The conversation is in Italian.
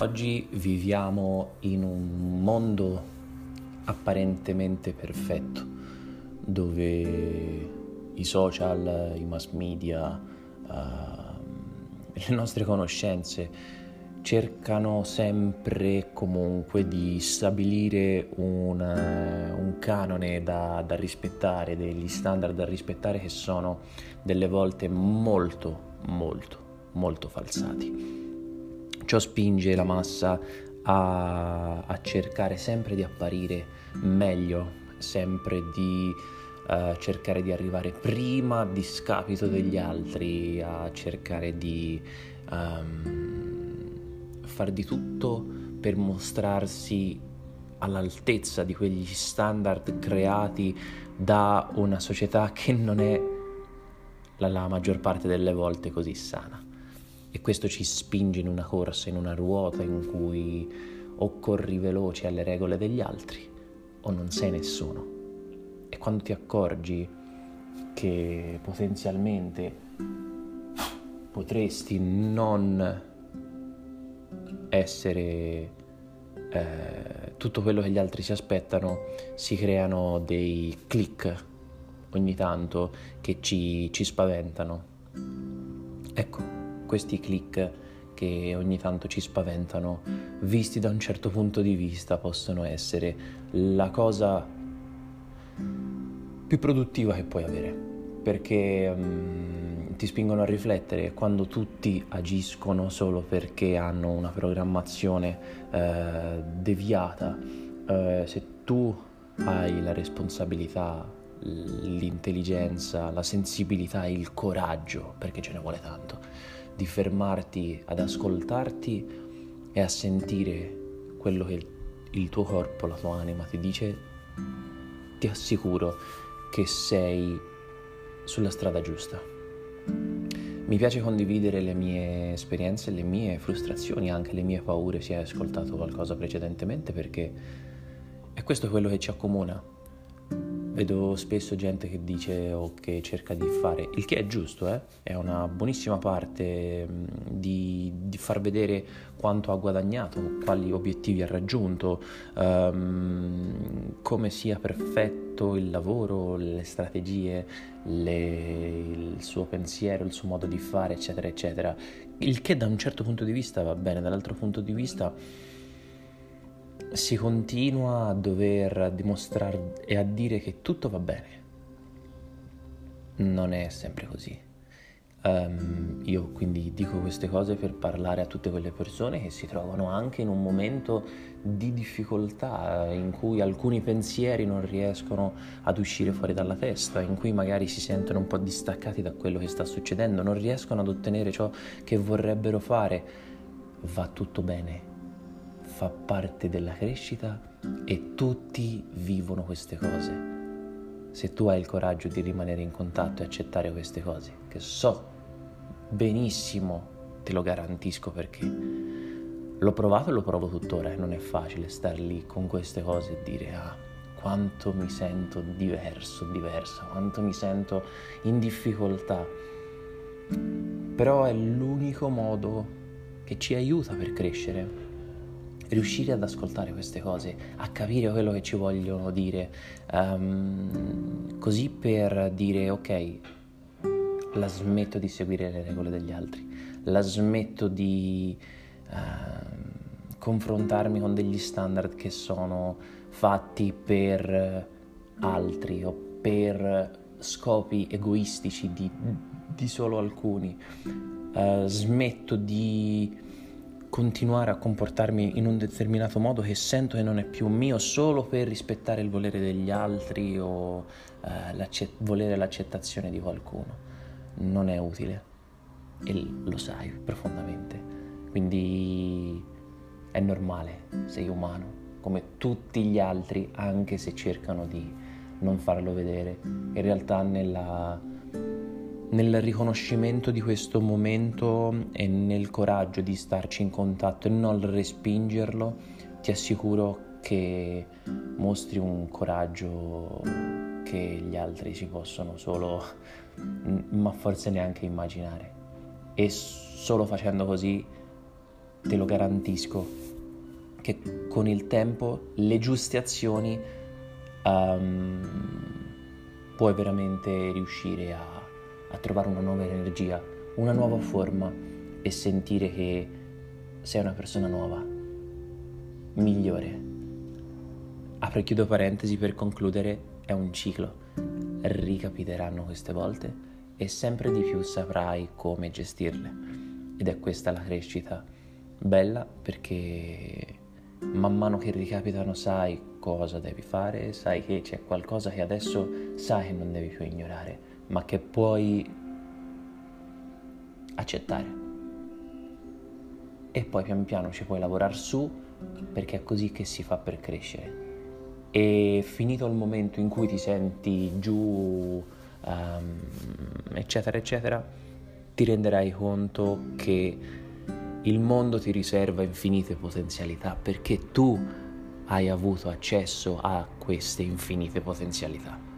Oggi viviamo in un mondo apparentemente perfetto, dove i social, i mass media, le nostre conoscenze cercano sempre comunque di stabilire un canone da rispettare, degli standard da rispettare che sono delle volte molto falsati. Ciò spinge la massa a cercare sempre di apparire meglio, sempre di cercare di arrivare prima a discapito degli altri, a cercare di far di tutto per mostrarsi all'altezza di quegli standard creati da una società che non è la maggior parte delle volte così sana. E questo ci spinge in una corsa, in una ruota in cui o corri veloce alle regole degli altri o non sei nessuno. E quando ti accorgi che potenzialmente potresti non essere tutto quello che gli altri si aspettano, si creano dei click ogni tanto che ci spaventano. Ecco, questi click che ogni tanto ci spaventano, visti da un certo punto di vista, possono essere la cosa più produttiva che puoi avere, perché ti spingono a riflettere. Quando tutti agiscono solo perché hanno una programmazione deviata, se tu hai la responsabilità, l'intelligenza, la sensibilità e il coraggio, perché ce ne vuole tanto, di fermarti ad ascoltarti e a sentire quello che il tuo corpo, la tua anima ti dice, ti assicuro che sei sulla strada giusta. Mi piace condividere le mie esperienze, le mie frustrazioni, anche le mie paure, se hai ascoltato qualcosa precedentemente, perché è questo quello che ci accomuna. Vedo spesso gente che dice o che cerca di fare, il che è giusto, è una buonissima parte di far vedere quanto ha guadagnato, quali obiettivi ha raggiunto, come sia perfetto il lavoro, le strategie, il suo pensiero, il suo modo di fare, eccetera, eccetera. Il che da un certo punto di vista va bene, dall'altro punto di vista si continua a dover dimostrare e a dire che tutto va bene. Non è sempre così. Io quindi dico queste cose per parlare a tutte quelle persone che si trovano anche in un momento di difficoltà, in cui alcuni pensieri non riescono ad uscire fuori dalla testa, in cui magari si sentono un po' distaccati da quello che sta succedendo, non riescono ad ottenere ciò che vorrebbero fare. Va tutto bene. Fa parte della crescita e tutti vivono queste cose. Se tu hai il coraggio di rimanere in contatto e accettare queste cose, che so benissimo, te lo garantisco, perché l'ho provato e lo provo tuttora, e non è facile star lì con queste cose e dire quanto mi sento diversa, quanto mi sento in difficoltà. Però è l'unico modo che ci aiuta per crescere. Riuscire ad ascoltare queste cose, a capire quello che ci vogliono dire, così per dire ok, la smetto di seguire le regole degli altri, la smetto di confrontarmi con degli standard che sono fatti per altri o per scopi egoistici di solo alcuni, smetto di continuare a comportarmi in un determinato modo che sento che non è più mio, solo per rispettare il volere degli altri o volere l'accettazione di qualcuno. Non è utile e lo sai profondamente, quindi è normale, sei umano come tutti gli altri, anche se cercano di non farlo vedere. In realtà nel riconoscimento di questo momento e nel coraggio di starci in contatto e non respingerlo, ti assicuro che mostri un coraggio che gli altri si possono solo, ma forse neanche immaginare. E solo facendo così te lo garantisco, che con il tempo le giuste azioni puoi veramente riuscire a trovare una nuova energia, una nuova forma e sentire che sei una persona nuova, migliore. Apro e chiudo parentesi per concludere, è un ciclo, ricapiteranno queste volte e sempre di più saprai come gestirle. Ed è questa la crescita bella, perché man mano che ricapitano sai cosa devi fare, sai che c'è qualcosa che adesso sai che non devi più ignorare, ma che puoi accettare. E poi pian piano ci puoi lavorare su, perché è così che si fa per crescere. E finito il momento in cui ti senti giù, eccetera eccetera, ti renderai conto che il mondo ti riserva infinite potenzialità, perché tu hai avuto accesso a queste infinite potenzialità.